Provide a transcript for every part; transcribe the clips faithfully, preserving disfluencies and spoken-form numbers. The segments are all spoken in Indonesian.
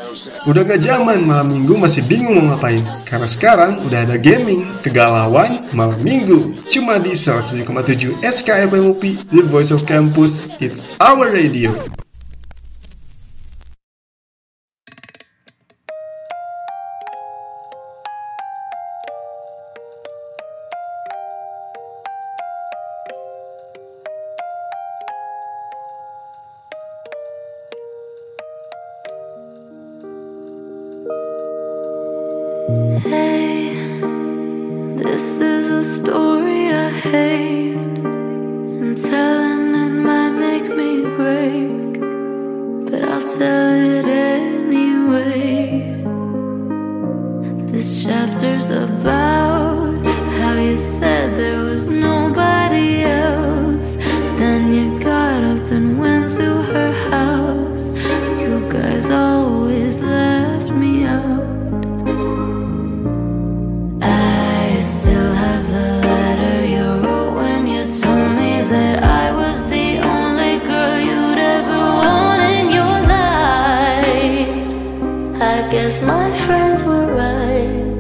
Udah gak zaman malam minggu masih bingung mau ngapain. Karena sekarang udah ada gaming, kegalauan, malam minggu. Cuma di seratus tujuh koma tujuh S K F M U P, The Voice of Campus, It's Our Radio. Hey, this is a story I hate, and telling it might make me break, but I'll tell it anyway. This chapter's about how you said there was nobody else, then you got up and went to her house. You guys always left me out. That I was the only girl you'd ever want in your life. I guess my friends were right.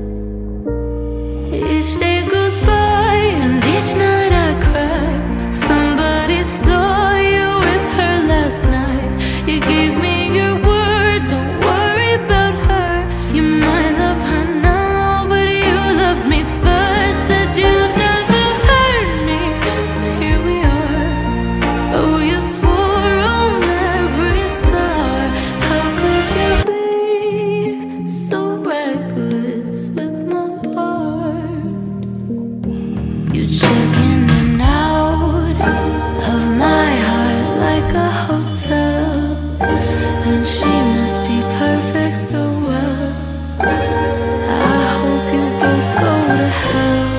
Each day goes by and each night I cry. Somebody saw you with her last night. You gave me your word, don't worry about her. You might love her now, but you loved me first. Said you'd never hurt me. Oh, you swore on every star. How could you be so reckless with my heart? You check in and out of my heart like a hotel, and she must be perfect or well. I hope you both go to hell.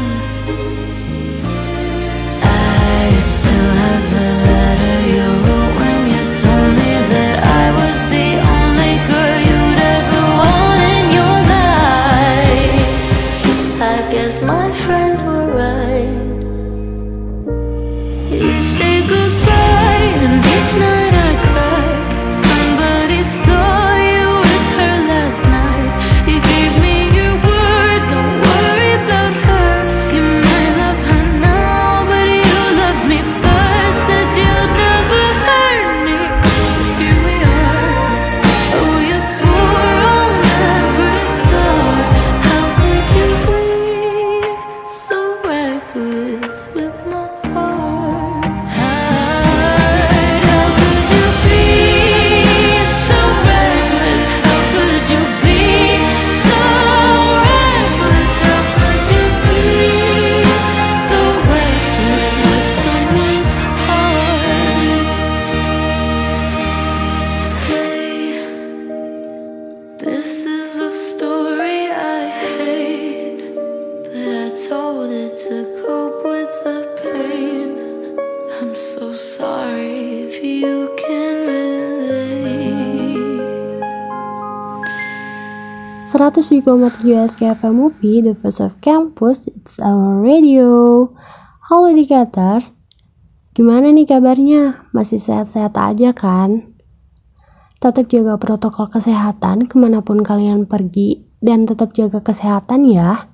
I still have the letter you wrote when you told me that I was the only girl you'd ever want in your life. I guess my friends were right. Each day goes by and each night I cry. Somebody saw you with her last night. You gave me your word, don't worry about her. You might love her now, but you loved me first. Said you'd never hurt me, but here we are. Oh, you swore on every star. How could you be so reckless with my heart? How could you be so reckless? How could you be so reckless? How could you be so reckless with someone's heart? Hey, this is a story I hate, but I told it to cope with the pain. I'm so sorry if you can relate. seratus tujuh koma tujuh S K F M U P, The Voice of Campus, It's Our Radio. Halo Dikaters, gimana nih kabarnya? Masih sehat-sehat aja kan? Tetap jaga protokol kesehatan kemanapun kalian pergi, dan tetap jaga kesehatan ya.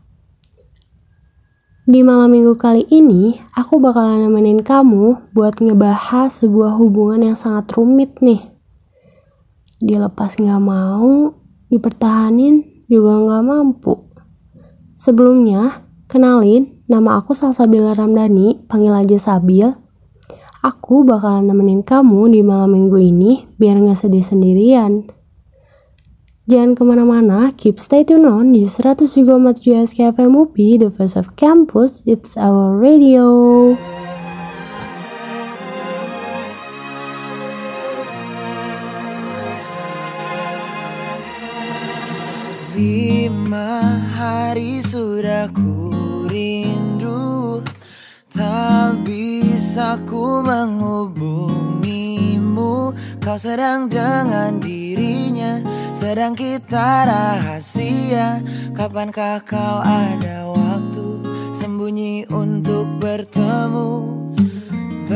Di malam minggu kali ini, aku bakalan nemenin kamu buat ngebahas sebuah hubungan yang sangat rumit nih. Dilepas gak mau, dipertahanin juga gak mampu. Sebelumnya, kenalin, nama aku Salsabila Ramdhani, panggil aja Sabil. Aku bakalan nemenin kamu di malam minggu ini biar gak sedih sendirian. Jangan kemana-mana, keep stay tune on di seratus tujuh koma tujuh S K F M U P, The Voice of Campus, It's Our Radio. Lima hari sudah ku rindu, tak bisa ku menghubungimu. Kau sedang dengan dirinya, sedang kita rahasia. Kapankah kau ada waktu sembunyi untuk bertemu?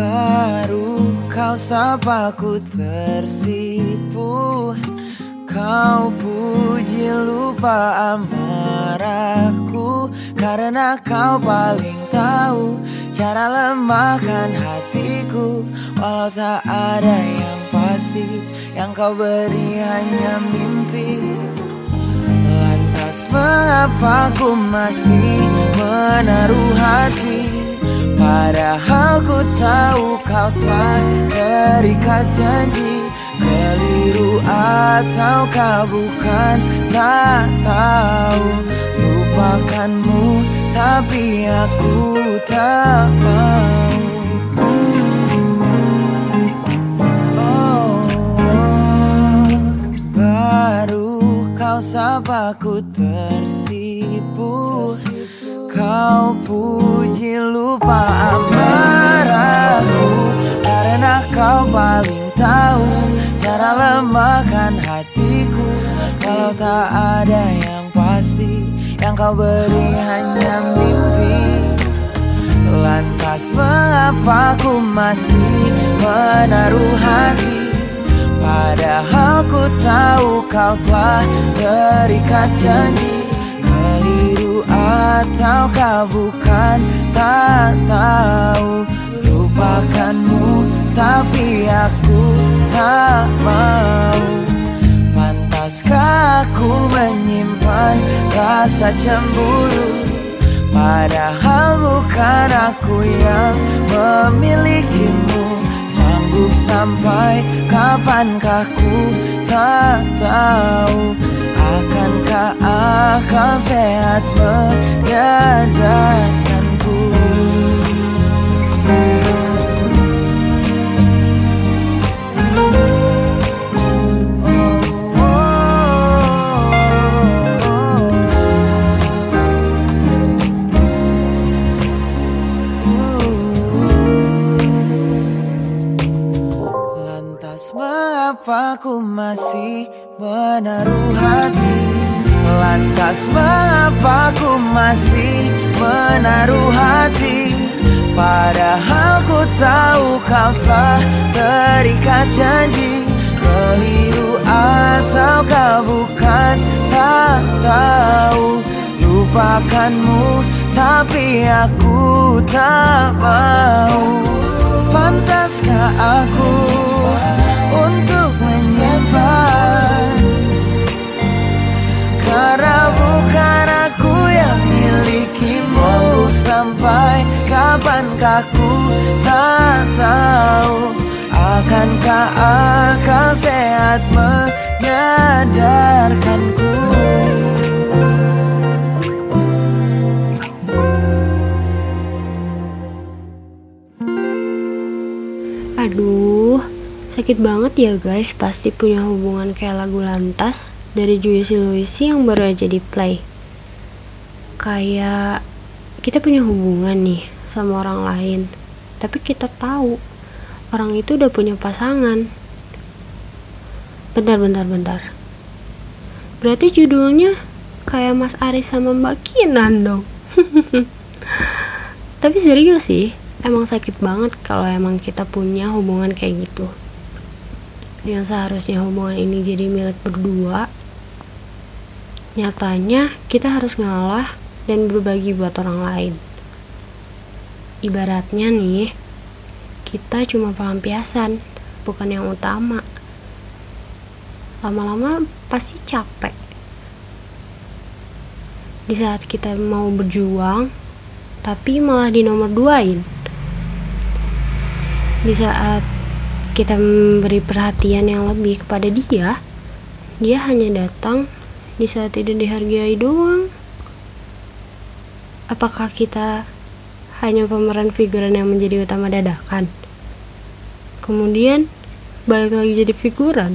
Baru kau sapa ku tersipu. Kau Kau puji lupa amarahku, karena kau paling tahu cara lemahkan hatiku. Walau tak ada yang pasti, yang kau beri hanya mimpi. Lantas mengapa ku masih menaruh hati, padahal ku tahu kau telah terikat janji. Keliru ataukah bukan, tak tahu. Lupakanmu tapi aku tak mau. Oh, baru kau sapa ku tersipu. Kau puji lupa amarahku, karena kau paling tahu cara lemahkan hatiku. Walau tak ada yang pasti, yang kau beri hanya mimpi. Lantas mengapa ku masih menaruh hati, padahal ku tahu kau telah terikat janji. Keliru ataukah bukan, tak tahu. Lupakanmu tapi aku tak mau. Pantaskah aku menyimpan rasa cemburu, padahal bukan aku yang memilikimu. Sanggup sampai kapankah ku tak tahu. Akankah akal sehat menyadarkanku? Mengapa ku masih menaruh hati? Lantas mengapa ku masih menaruh hati? Padahal ku tahu kau telah terikat janji. Keliru ataukah bukan, tak tahu. Lupakanmu tapi aku tak mau. Pantaskah aku untuk menyimpan, karena bukan aku yang milikimu. Sanggup sampai kapankah ku tak tahu. Akankah akal sehat menyadarkanku? Aduh, sakit banget ya guys, pasti punya hubungan kayak lagu Lantas dari Juicy Luicy yang baru aja di play. Kayak kita punya hubungan nih sama orang lain, tapi kita tahu orang itu udah punya pasangan. Bentar, bentar, bentar. Berarti judulnya kayak Mas Aris sama Mbak Kinan dong. Tapi serius sih, emang sakit banget kalau emang kita punya hubungan kayak gitu, yang seharusnya hubungan ini jadi milik berdua. Nyatanya kita harus ngalah dan berbagi buat orang lain. Ibaratnya nih, kita cuma pelampiasan, bukan yang utama. Lama-lama pasti capek. Di saat kita mau berjuang, tapi malah di nomor duain. Di saat kita memberi perhatian yang lebih kepada dia, dia hanya datang di saat tidak dihargai doang. Apakah kita hanya pemeran figuran yang menjadi utama dadakan, kemudian balik lagi jadi figuran?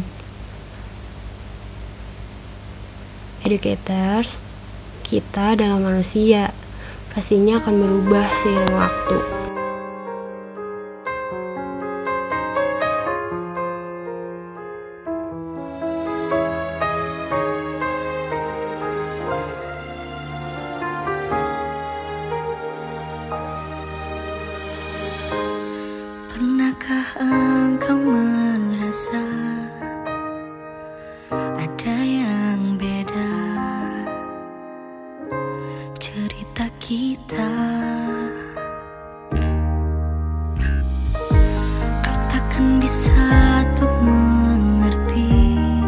Educators, kita adalah manusia, pastinya akan berubah seiring waktu. Pernahkah engkau merasa ada kita. Kau takkan bisa untuk mengerti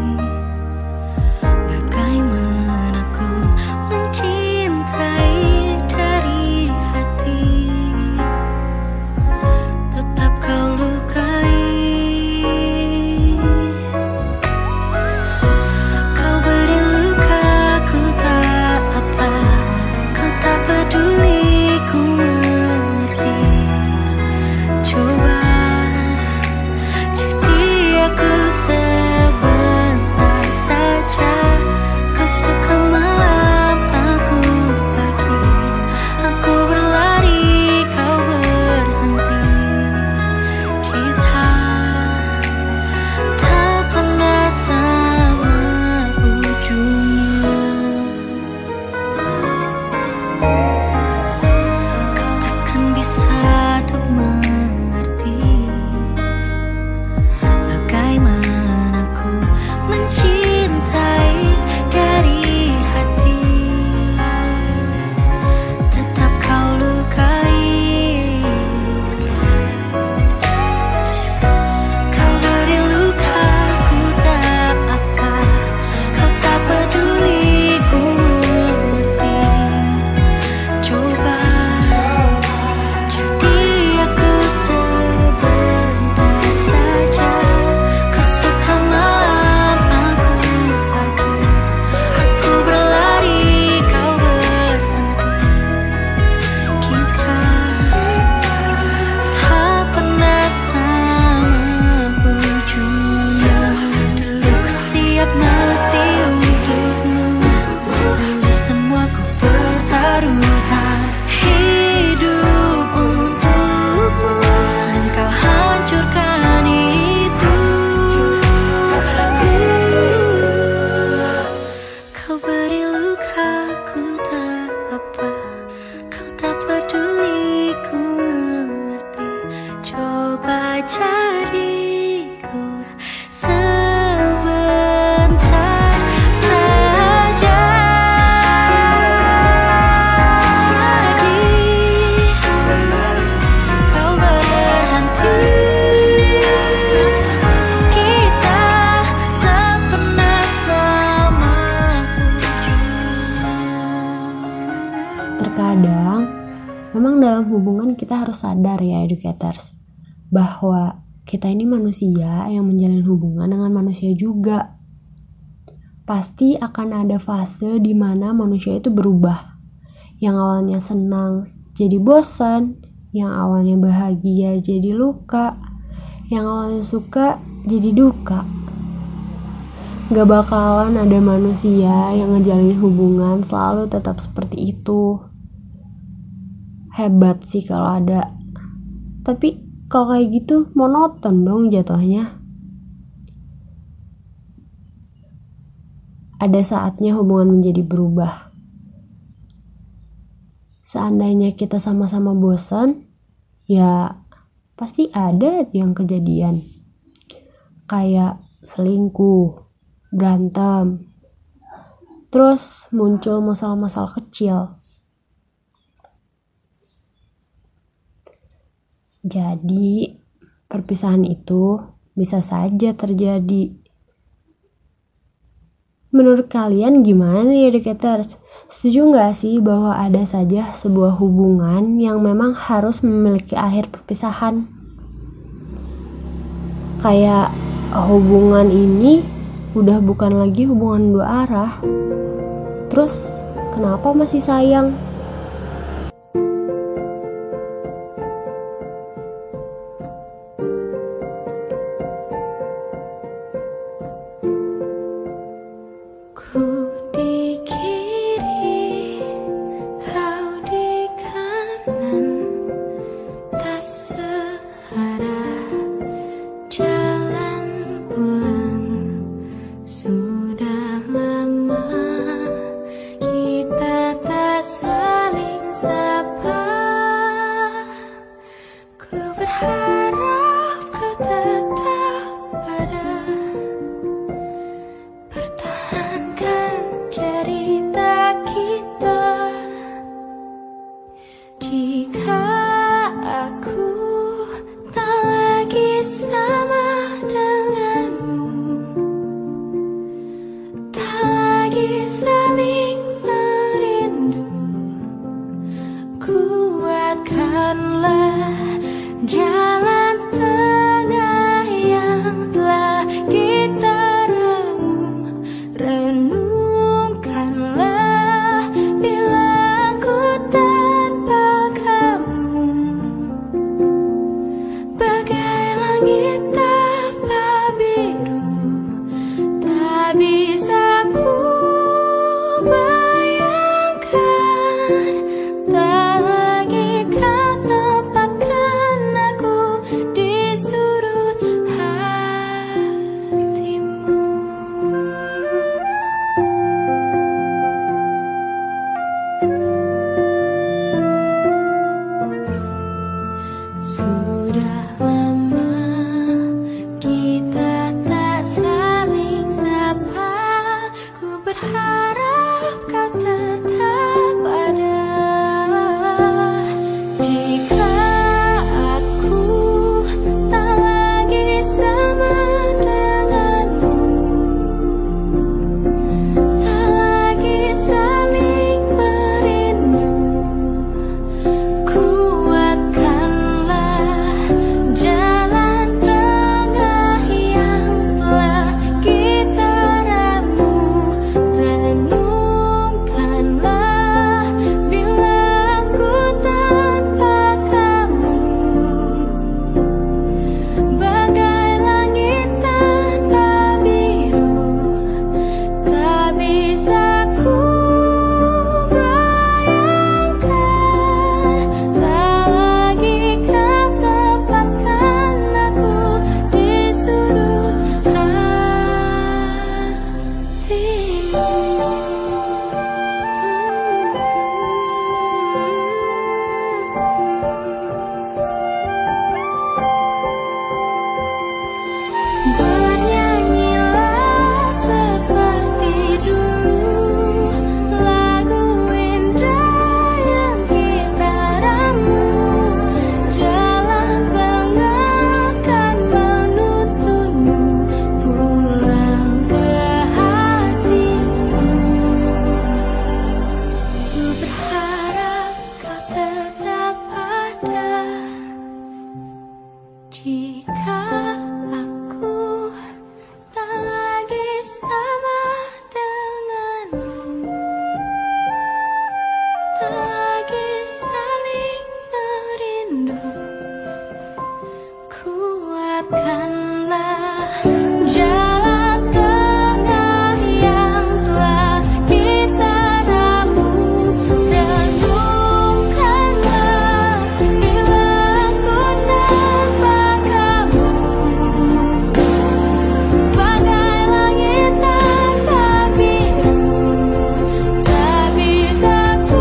bagaimana ku mencintai dari hati. Tetap kau lukai. Kau beri luka, ku tak apa. Kau tak peduli, ku mengerti. Coba jadi aku sebentar saja. Kau suka malam, aku pagi. Aku berlari, kau berhenti. Kita tak pernah sama ujungnya. Kau takkan bisa untuk mengerti bagaimana ku mencintai dari hati. Tetap kau lukai. Kau beri luka, ku tak apa. Kau tak peduli, ku mengerti. Coba jadi aku sebentar saja. Kau suka malam, aku pagi. Aku berlari, kau berhenti. Kita tak pernah sama ujungnya. Dulu ku siap mati untukmu. Dulu semua ku pertaruhkan hidup untukmu. Dan kau hancurkan itu. Kau beri luka, ku tak apa. Kau tak peduli, ku mengerti. Coba jadiku sebentar saja. Kau berhenti. Kita tak pernah sama ujungnya. Terkadang, memang dalam hubungan kita harus sadar ya educators, bahwa kita ini manusia yang menjalin hubungan dengan manusia juga. Pasti akan ada fase di mana manusia itu berubah. Yang awalnya senang jadi bosan, yang awalnya bahagia jadi luka, yang awalnya suka jadi duka. Gak bakalan ada manusia yang ngejalin hubungan selalu tetap seperti itu. Hebat sih kalau ada. Tapi kalau kayak gitu monoton dong jatuhnya. Ada saatnya hubungan menjadi berubah. Seandainya kita sama-sama bosan, ya pasti ada yang kejadian. Kayak selingkuh, berantem, terus muncul masalah-masalah kecil. Jadi, perpisahan itu bisa saja terjadi. Menurut kalian gimana nih educators? Setuju gak sih bahwa ada saja sebuah hubungan yang memang harus memiliki akhir perpisahan? Kayak hubungan ini udah bukan lagi hubungan dua arah. Terus kenapa masih sayang? Ku di kiri, kau di kanan, tak searah jalan pulang. Sudah lama kita tak saling sapa. Ku berharap kau tetap ada. Pertahankan lagi saling merindu. Kuatkanlah jalan tengah yang telah kita ramu. Renungkanlah bila ku tanpa kamu, bagai langit tanpa biru. Tak bisa ku bayangkan, tak lagi kau tempatkan aku di sudut hatimu. Sudah lama kita tak saling sapa. Ku berharap kau tetap ada. Jika aku tak lagi sama denganmu, tak lagi saling merindu. Kuatkanlah jalan tengah yang telah kita ramu. Renungkanlah bila ku tanpa kamu, bagai langit tanpa biru. Tak bisa ku bayangkan, tak lagi kau tempatkan aku di sudut hatimu. Bernyanyilah seperti dulu lagu indah yang kita ramu. Jalan tengah kan menuntunmu pulang ke hatimu. Ku berharap kau tetap ada. Jika aku tak lagi sama denganmu, tak lagi saling merindu. Kuatkanlah jalan tengah yang telah kita ramu. Renungkanlah bila ku tanpa kamu, bagai langit tanpa biru. Tak bisa ku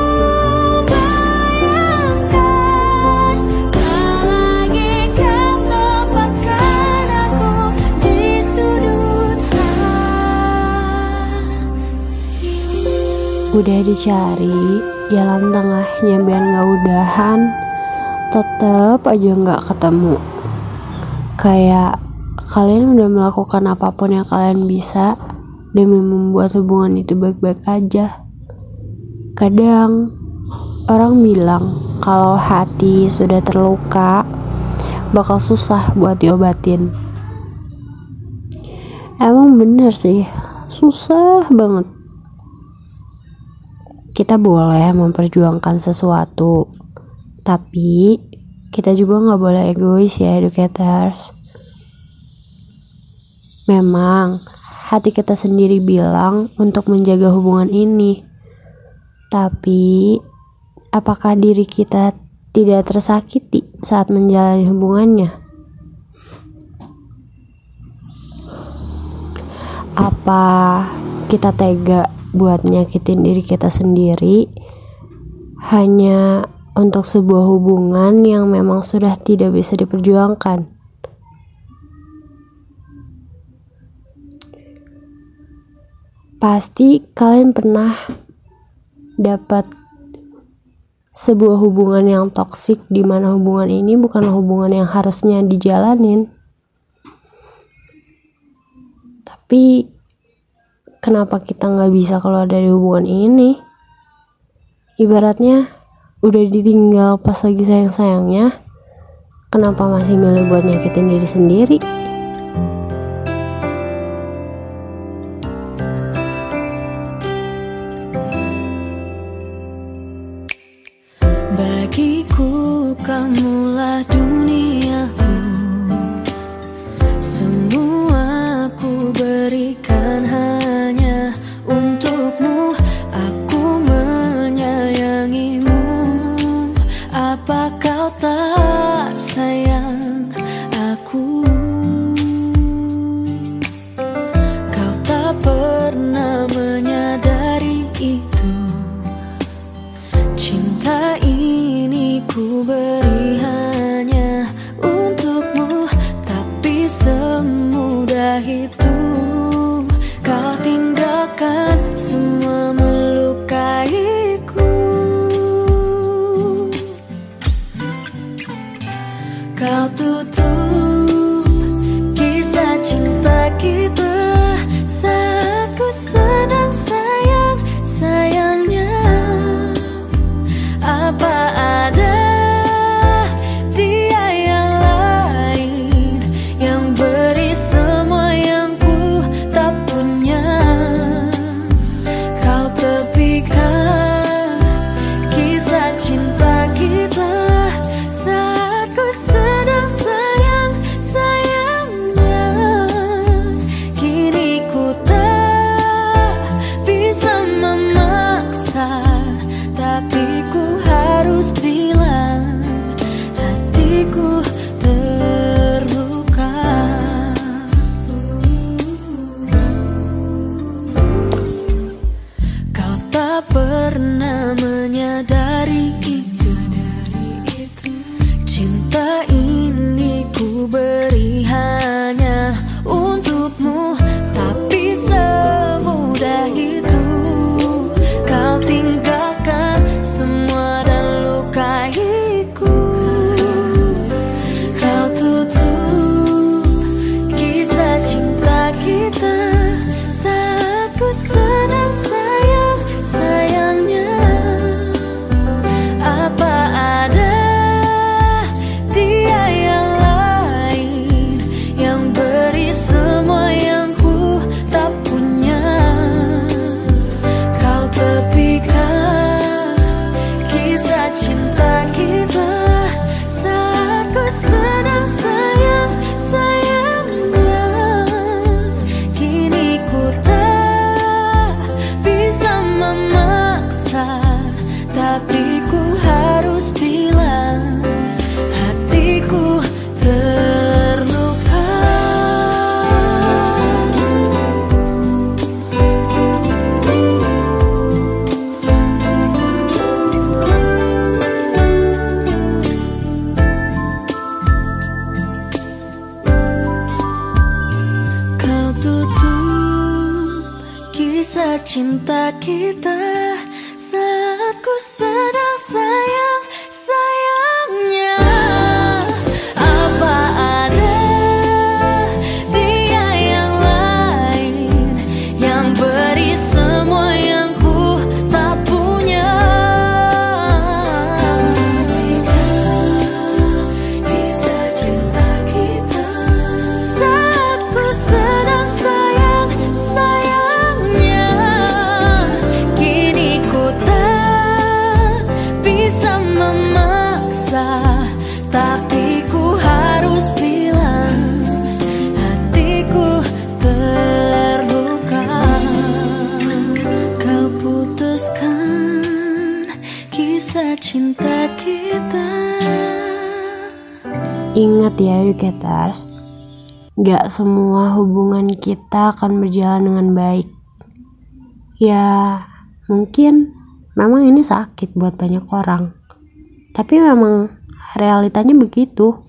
bayangkan, tak lagi kau tempatkan aku di sudut hatimu. Udah dicari jalan tengahnya biar gak udahan, tetep aja gak ketemu. Kayak kalian udah melakukan apapun yang kalian bisa demi membuat hubungan itu baik-baik aja. Kadang orang bilang kalau hati sudah terluka bakal susah buat diobatin. Emang bener sih, susah banget. Kita boleh memperjuangkan sesuatu, tapi kita juga gak boleh egois ya educators. Memang hati kita sendiri bilang untuk menjaga hubungan ini, tapi apakah diri kita tidak tersakiti saat menjalani hubungannya? Apa kita tega buat nyakitin diri kita sendiri hanya untuk sebuah hubungan yang memang sudah tidak bisa diperjuangkan? Pasti kalian pernah dapat sebuah hubungan yang toksik, di mana hubungan ini bukan hubungan yang harusnya dijalanin, tapi kenapa kita nggak bisa keluar dari hubungan ini? Ibaratnya udah ditinggal pas lagi sayang-sayangnya, kenapa masih milih buat nyakitin diri sendiri? Bagiku kamulah duniaku, semua ku berikan hanya untukmu. Aku menyayangimu, apa kau tak sayang aku? Kau tak pernah menyadari itu. Cinta ini ku beri hanya untukmu, tapi semudah itu kau tinggalkan semua melukaiku. Kau tutup kisah cinta kita saat ku sedang sayang-sayangnya. Apa ada dia yang lain yang beri semua yang ku tak punya? Kau tepikan kisah cinta kita saat ku sedang sayang-sayangnya. Kini ku tak bisa memaksa, tapi ku harus bilang hatiku terluka. Kau tak pernah menyadari itu. Cinta ini ku beri hanya untukmu, tapi semudah itu kau tinggalkan semua dan lukaiku. Kau tutup kisah cinta kita saat ku sedang sayang-sayangnya. Apa ada dia yang lain yang beri semua yang ku tak punya? Kau tepikan kisah cinta kita saat ku sedang sayang-sayangnya. Kini ku tak bisa memaksa, tapi ku harus bilang hatiku terluka. Kau tutup kisah cinta kita saat ku sedang sayang-sayangnya. Apa ada dia yang lain yang beri semua yang ku tak punya? Kisah cinta kita saat ku sedang sayang-sayangnya. Kini ku tak bisa memaksa, tapi ku harus bilang hatiku terluka. Kau putuskan kisah cinta kita. Ingat ya Yuketers, gak semua hubungan kita akan berjalan dengan baik. Ya mungkin memang ini sakit buat banyak orang, tapi memang realitanya begitu.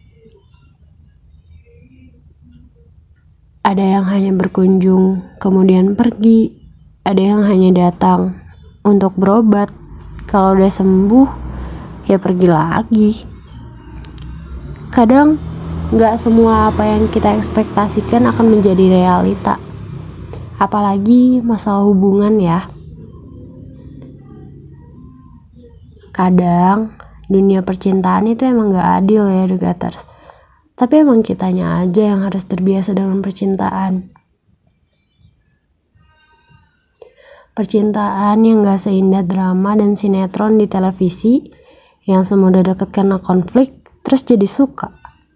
Ada yang hanya berkunjung kemudian pergi, ada yang hanya datang untuk berobat, kalau udah sembuh ya pergi lagi. Kadang gak semua apa yang kita ekspektasikan akan menjadi realita. Apalagi masalah hubungan ya. Kadang dunia percintaan itu emang gak adil ya educators. Tapi emang kitanya aja yang harus terbiasa dengan percintaan. Percintaan yang gak seindah drama dan sinetron di televisi, yang semudah deket karena konflik, terus jadi suka.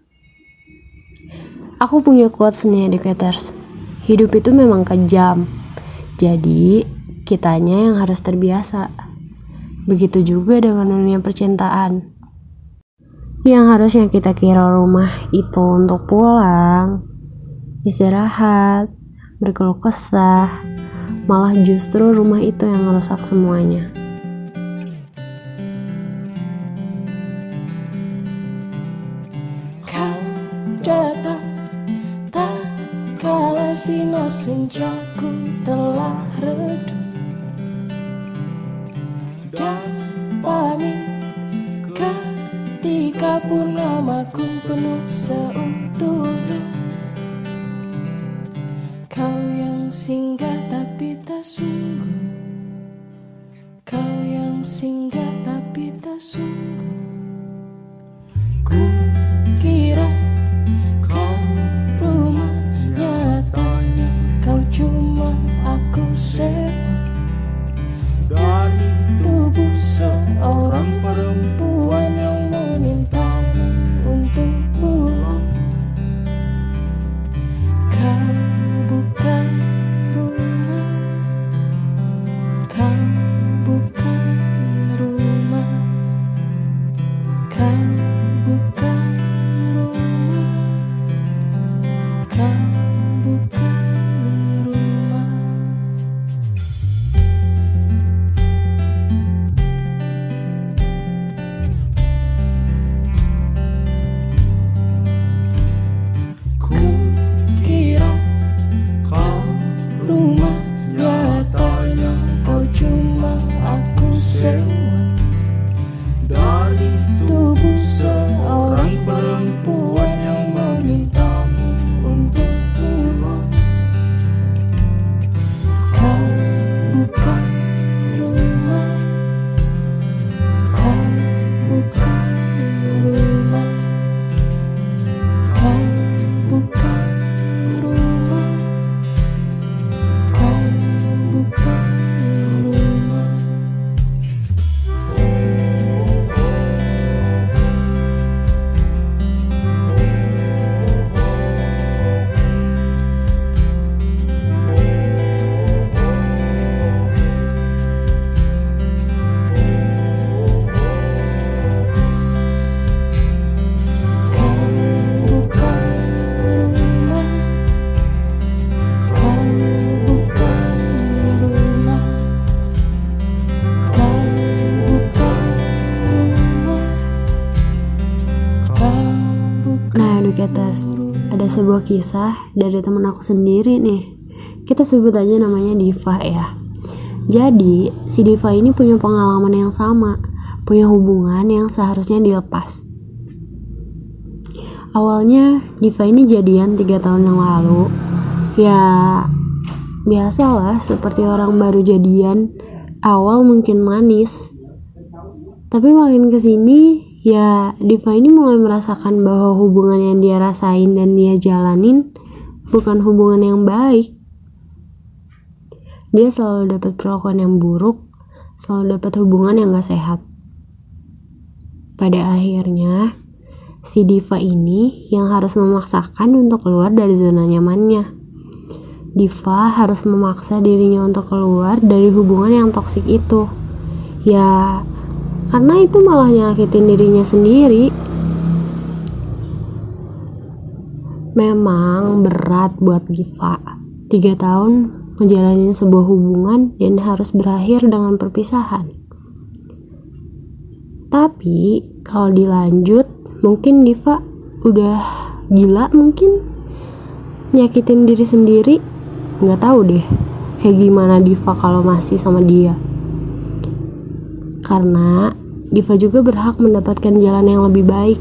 Aku punya quotes nih educators. Hidup itu memang kejam. Jadi kitanya yang harus terbiasa. Begitu juga dengan dunia percintaan. Yang harusnya kita kira rumah itu untuk pulang, istirahat, berkeluh kesah, malah justru rumah itu yang merusak semuanya. Kau datang tak kala sinar senjaku telah redup, dan pamit ketika purnamaku penuh seutuhnya. Kau yang singgah tapi tak sungguh, kau yang singgah tapi tak sungguh. Ku kira kau rumah, nyatanya kau cuma aku sewa dari tubuh seorang perempuan yang memintamu untuk pulang. Kau bukan rumah, kau bukan rumah, kau bukan rumah, kau bukan rumah. Ku kira kau rumah, nyatanya kau cuma aku sewa dari tubuh seorang perempuan yang memintamu untuk pulang. Kau bukan rumah, kau bukan rumah, kau bukan rumah, kau bukan rumah. Kau bukan rumah, kau bukan rumah, kau bukan rumah, kau bukan. Nah educators, ada sebuah kisah dari temen aku sendiri nih. Kita sebut aja namanya Diva ya. Jadi si Diva ini punya pengalaman yang sama, punya hubungan yang seharusnya dilepas. Awalnya Diva ini jadian tiga tahun yang lalu. Ya biasalah, seperti orang baru jadian, awal mungkin manis. Tapi makin kesini ya Diva ini mulai merasakan bahwa hubungan yang dia rasain dan dia jalanin bukan hubungan yang baik. Dia selalu dapat perlakuan yang buruk, selalu dapat hubungan yang gak sehat. Pada akhirnya si Diva ini yang harus memaksakan untuk keluar dari zona nyamannya. Diva harus memaksa dirinya untuk keluar dari hubungan yang toksik itu. Ya karena itu malah nyakitin dirinya sendiri. Memang berat buat Diva tiga tahun menjalani sebuah hubungan dan harus berakhir dengan perpisahan. Tapi kalau dilanjut mungkin Diva udah gila, mungkin nyakitin diri sendiri. Nggak tahu deh kayak gimana Diva kalau masih sama dia. Karena Diva juga berhak mendapatkan jalan yang lebih baik.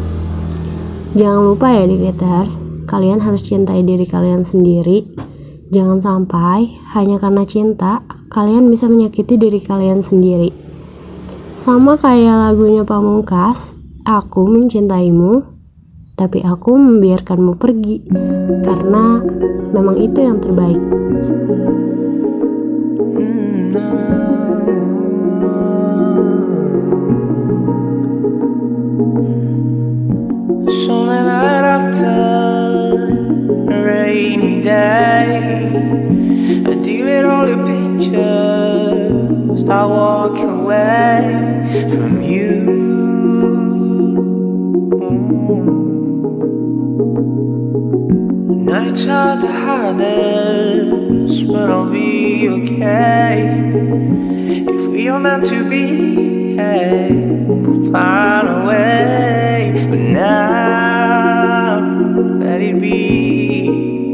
Jangan lupa ya educators, kalian harus cintai diri kalian sendiri. Jangan sampai hanya karena cinta kalian bisa menyakiti diri kalian sendiri. Sama kayak lagunya Pamungkas, aku mencintaimu, tapi aku membiarkanmu pergi karena memang itu yang terbaik. So the night after a rainy day, I delete all your pictures, I walk away from you. I tried the hardest, but I'll be okay. If we are meant to be, hey, we'll find a way. But now, let it be.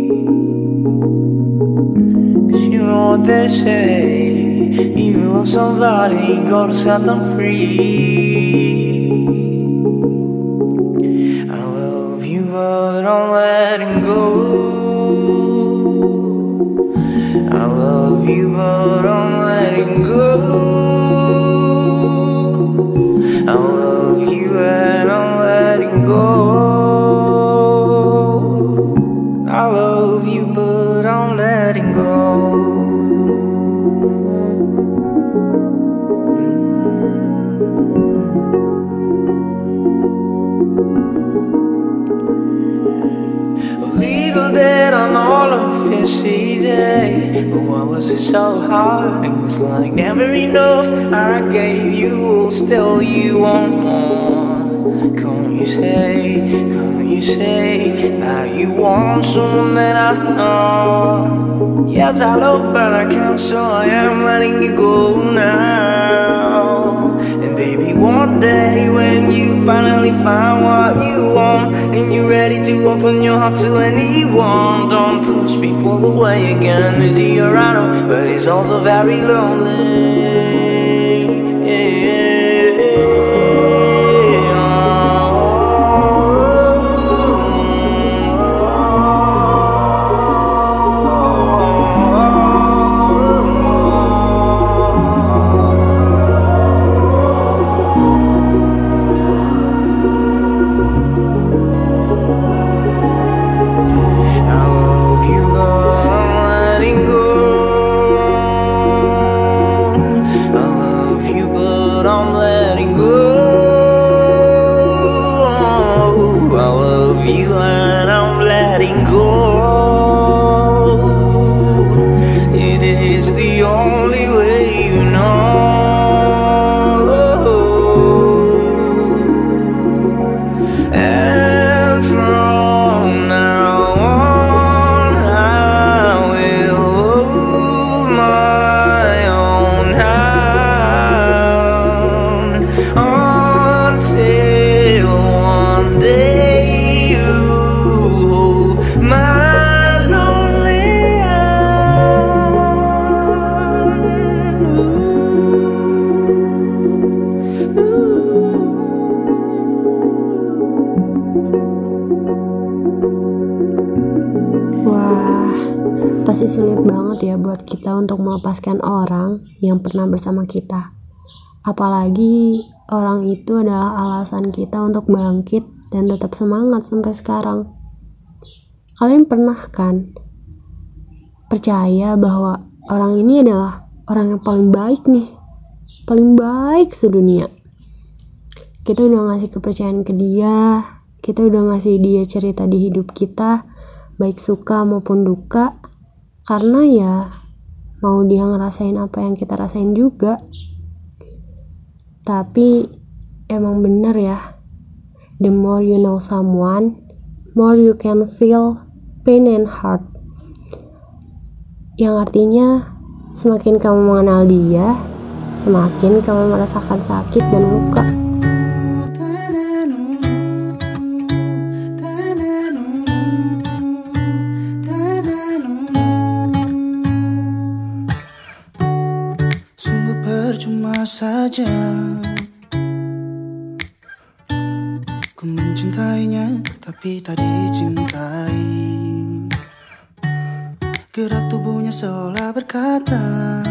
'Cause you know what they say, you love somebody, gotta set them free. I love you, but I'm letting go. I love you, but I'm letting go. I love you and I'm letting go. I love you, but I'm letting go. Legal dead on all of your C Ds, but why was it so hard? It was like never enough. I gave you, still you want more. Can't you say, can't you say that you want someone that I know? Yes, I love, but I can't, so I am letting you go now. And baby, one day when you finally find what you want, and you're ready to open your heart to anyone, don't push people away again. It's here, I know, but it's also very lonely. Yeah. Pasti sulit banget ya buat kita untuk melepaskan orang yang pernah bersama kita. Apalagi orang itu adalah alasan kita untuk bangkit dan tetap semangat sampai sekarang. Kalian pernah kan percaya bahwa orang ini adalah orang yang paling baik nih, paling baik sedunia. Kita udah ngasih kepercayaan ke dia, kita udah ngasih dia cerita di hidup kita, baik suka maupun duka. Karena ya mau dia ngerasain apa yang kita rasain juga. Tapi emang bener ya, the more you know someone, more you can feel pain and hurt. Yang artinya semakin kamu mengenal dia, semakin kamu merasakan sakit dan luka. Saja ku mencintainya tapi tak dicintai. Gerak tubuhnya seolah berkata,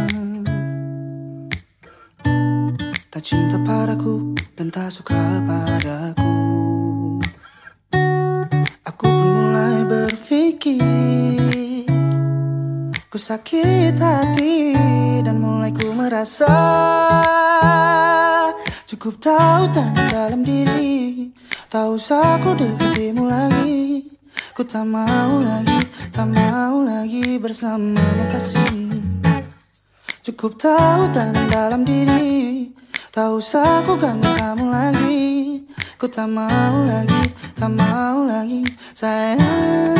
tak cinta padaku dan tak suka padaku. Aku pun mulai berpikir, ku sakit hati dan mulai ku merasa cukup tahu tanda dalam diri. Tak usah ku dekatimu lagi, ku tak mau lagi, tak mau lagi bersamamu kasih. Cukup tahu tanda dalam diri, tak usah ku ganggu kamu lagi, ku tak mau lagi, tak mau lagi sayang.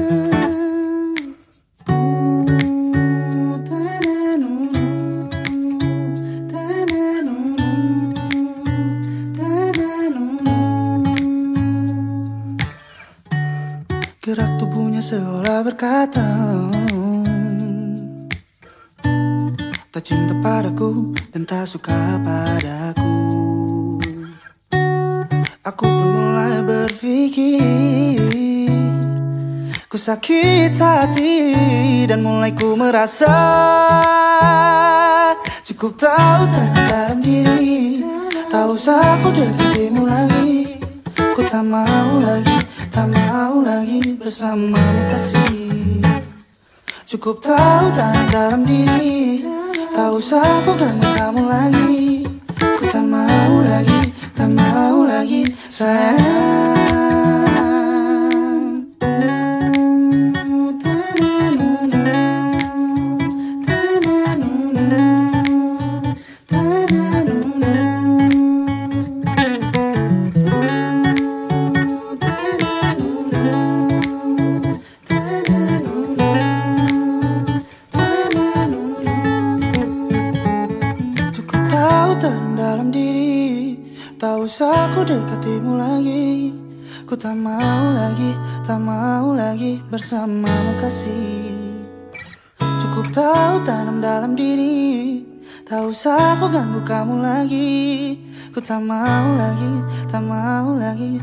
Gerak tubuhnya seolah berkata, tak cinta padaku dan tak suka padaku. Aku pun mulai berpikir, ku sakit hati dan mulai ku merasa cukup tahu tanda dalam diri. Tak usah ku dekatimu lagi, ku tak mau lagi, tak mau lagi bersamamu kasih. Cukup tahu tanda dalam diri, tak usah ku ganggu kamu lagi, ku tak mau lagi, tak mau lagi sayang. Tak usah ku dekatimu lagi, ku tak mau lagi, tak mau lagi bersamamu kasih. Cukup tahu tanam dalam diri, tak usah ku ganggu kamu lagi, ku tak mau lagi, tak mau lagi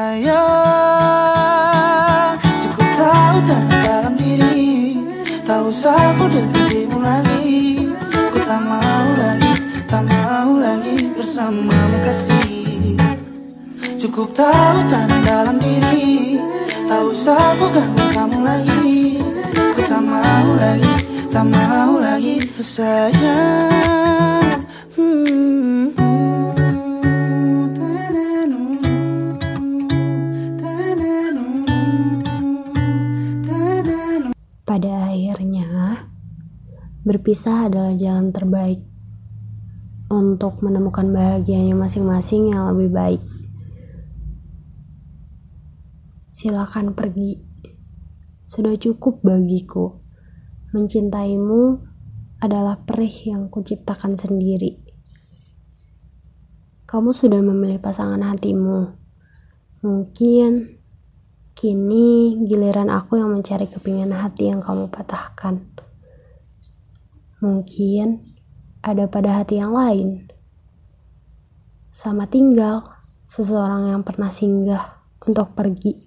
sayang. Cukup tahu tanam dalam diri, tak usah ku dekatimu lagi, ku tak mau lagi, tak mau lagi bersamamu kasih. Cukup tahu tanam dalam diri, tak usah ku ganggu kamu lagi, ku tak mau lagi, tak mau lagi bersayang. hmm. Pada akhirnya, berpisah adalah jalan terbaik untuk menemukan bahagianya masing-masing yang lebih baik. Silakan pergi. Sudah cukup bagiku. Mencintaimu adalah perih yang kuciptakan sendiri. Kamu sudah memilih pasangan hatimu. Mungkin kini giliran aku yang mencari kepingan hati yang kamu patahkan. Mungkin ada pada hati yang lain. Sama tinggal seseorang yang pernah singgah untuk pergi.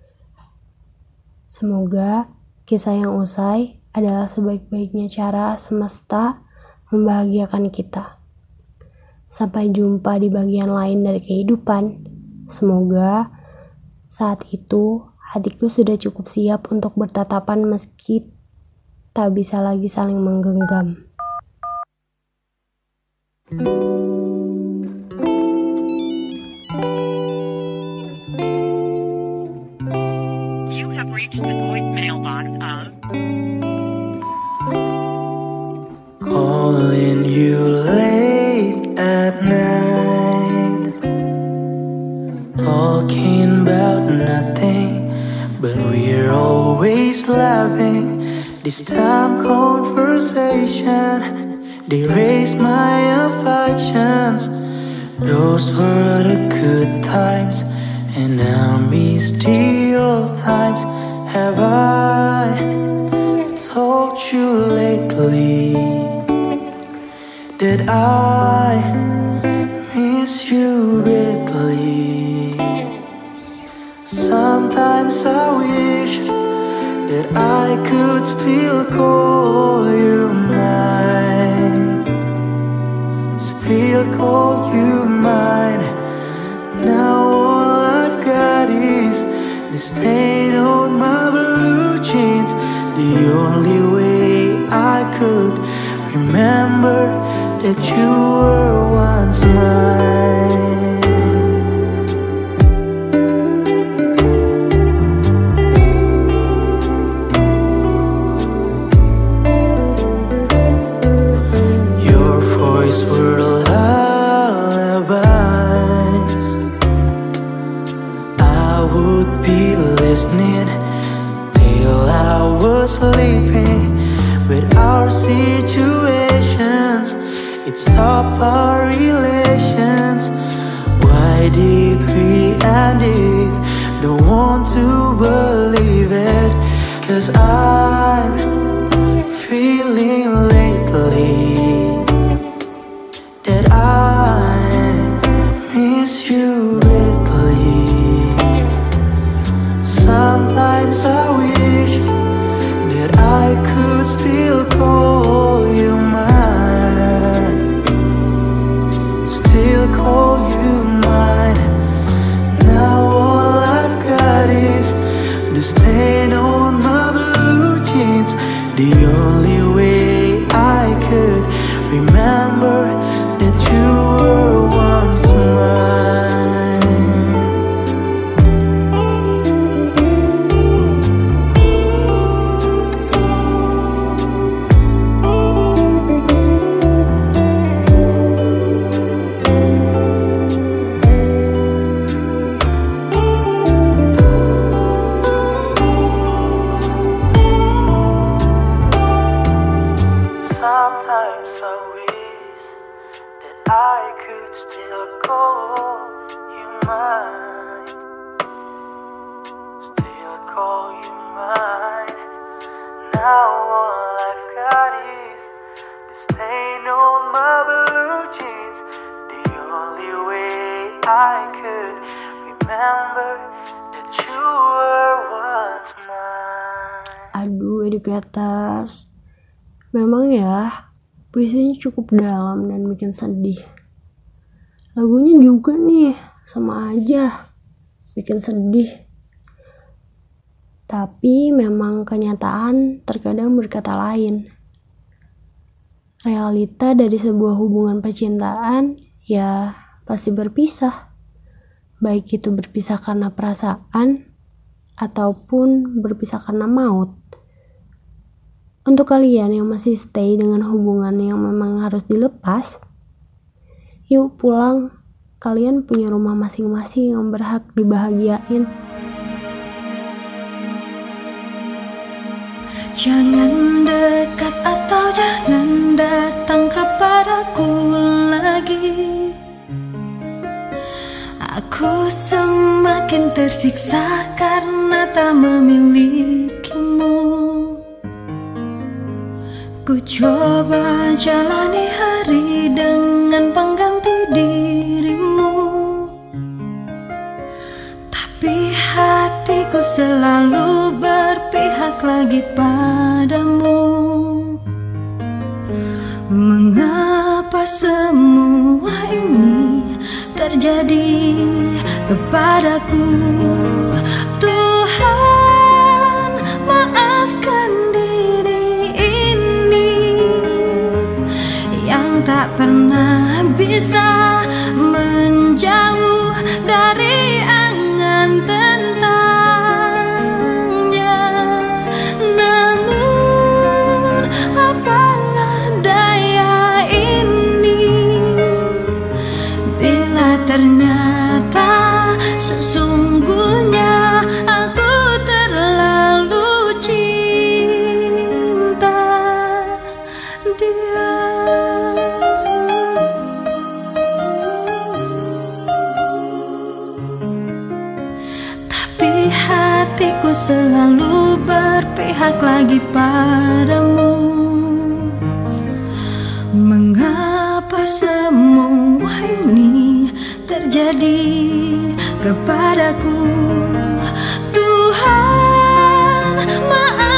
Semoga kisah yang usai adalah sebaik-baiknya cara semesta membahagiakan kita. Sampai jumpa di bagian lain dari kehidupan. Semoga saat itu hatiku sudah cukup siap untuk bertatapan meski tak bisa lagi saling menggenggam. Calling you late at night, talking about nothing, but we're always laughing. This time conversation, they raise my affections. Those were the good times, and I miss the old times. Have I told you lately that I miss you badly? Sometimes I wish that I could still call you mine, still call you mine. Now all I've got is the stain on my blue jeans. The only way I could remember that you were once mine. Your voice were lullabies. I would be listening till I was sleeping, but our situations, it stopped our relations. Why did we end it? Don't want to believe it, 'cause I'm feeling lately that I miss you badly. Sometimes I wish that I could still call you mine, still call you mine. Now all I've got is the stain on my blue jeans. The only way I could remember that you were once mine. Sometimes I wish that I could still call you mine, still call you mine. Now all I've got is the stain on my blue jeans. The only way I could remember that you were once mine. Aduh, educators, memang ya puisinya cukup dalam dan bikin sedih. Lagunya juga nih sama aja bikin sedih. Tapi memang kenyataan terkadang berkata lain. Realita dari sebuah hubungan percintaan ya pasti berpisah. Baik itu berpisah karena perasaan ataupun berpisah karena maut. Untuk kalian yang masih stay dengan hubungan yang memang harus dilepas, yuk pulang. Kalian punya rumah masing-masing yang berhak dibahagiain. Jangan dekat atau jangan datang kepadaku lagi. Aku semakin tersiksa karena tak memilikimu. Ku coba jalani hari dengan pengganti dirimu, tapi hatiku selalu berpihak lagi padamu. Mengapa semua ini terjadi kepadaku? Tuhan, maafkan diri ini yang tak pernah bisa menjauh dari angan tentangnya. Namun apalah daya ini bila ternyata sesungguhnya aku terlalu cinta dia. Tapi hatiku selalu berpihak lagi padamu. Mengapa semua ini terjadi kepadaku? Tuhan, maaf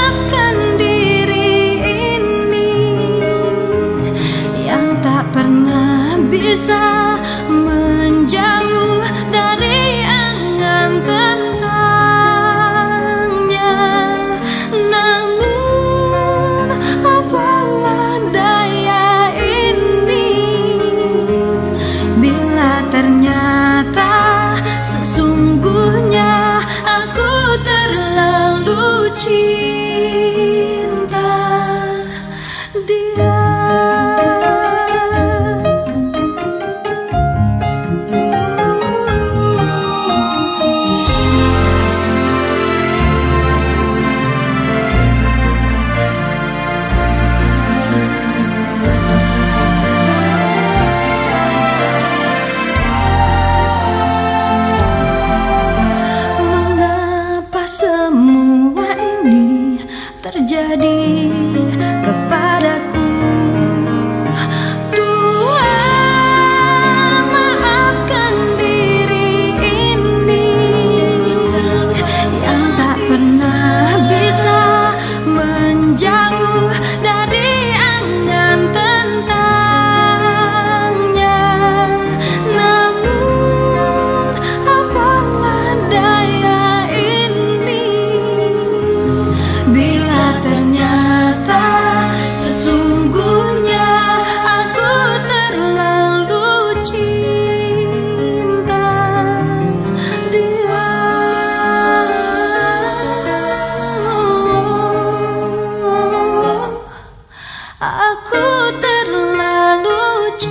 terlalu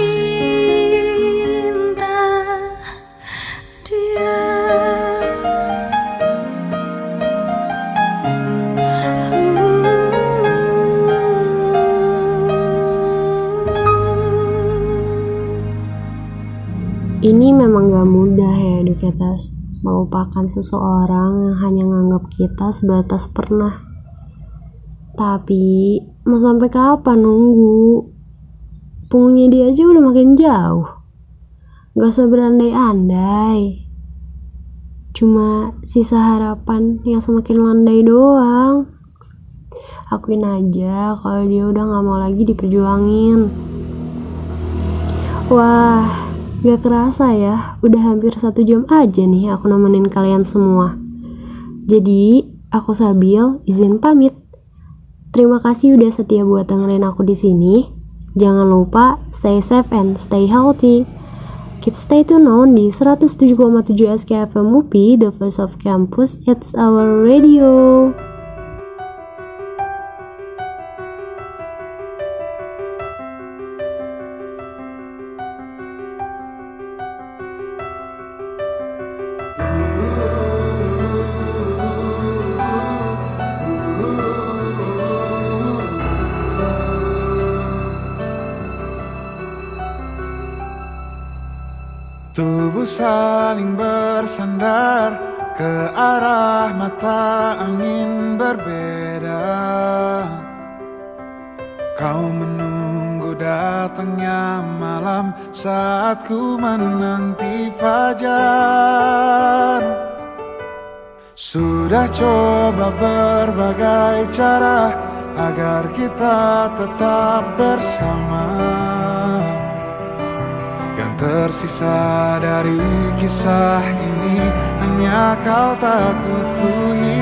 cinta dia. Ini memang gak mudah ya educators, melupakan seseorang yang hanya nganggap kita sebatas pernah. Tapi mau sampai kapan nunggu? Punggungnya dia aja udah makin jauh. Gak usah berandai-andai. Cuma sisa harapan yang semakin landai doang. Akuin aja kalau dia udah gak mau lagi diperjuangin. Wah, gak kerasa ya, udah hampir satu jam aja nih aku nemenin kalian semua. Jadi, aku Sabil izin pamit. Terima kasih udah setia buat dengerin aku di sini. Jangan lupa stay safe and stay healthy. Keep stay tune on di seratus tujuh koma tujuh S K F M U P, The Voice of Campus, it's our radio. Tubuh saling bersandar ke arah mata angin berbeda. Kau menunggu datangnya malam saat ku menanti fajar. Sudah coba berbagai cara agar kita tetap bersama. Yang tersisa dari kisah ini hanya kau takut ku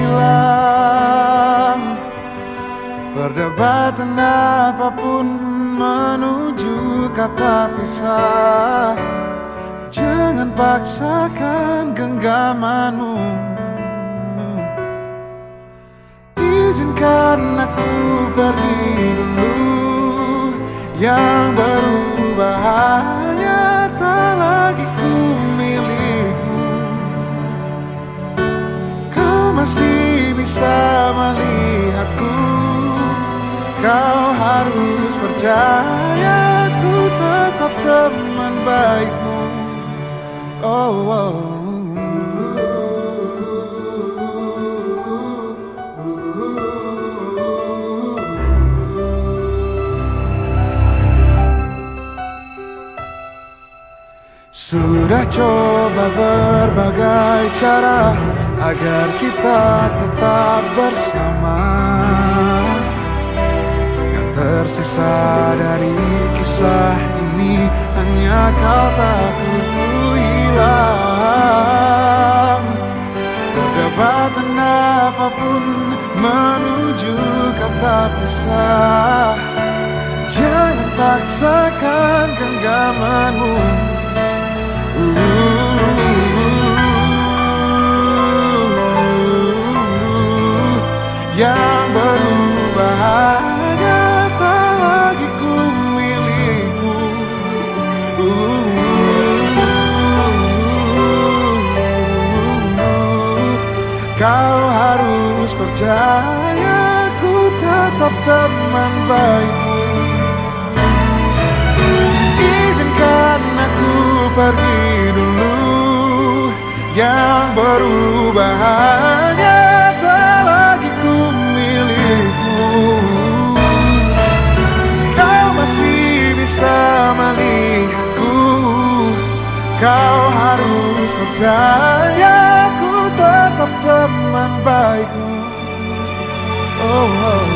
hilang. Perdebatan apapun menuju kata pisah. Jangan paksakan genggamanmu. Izinkan aku pergi dulu. Yang berbahaya tak lagi ku milikmu. Kau masih bisa melihatku. Kau harus percaya ku tetap teman baikmu. Oh, oh. Sudah coba berbagai cara agar kita tetap bersama. Yang tersisa dari kisah ini hanya kau takut ku hilang. Perdebatan apapun menuju kata pisah. Jangan paksakan genggamanmu. Yang berubah hanya tak lagi ku milikmu. Kau harus percaya ku tetap teman baikmu. Izinkan aku pergi dulu. Yang berubah hanya tak lagi ku milikmu. Kau masih bisa melihatku. Kau harus percaya ku tetap teman baikmu. Oh, oh.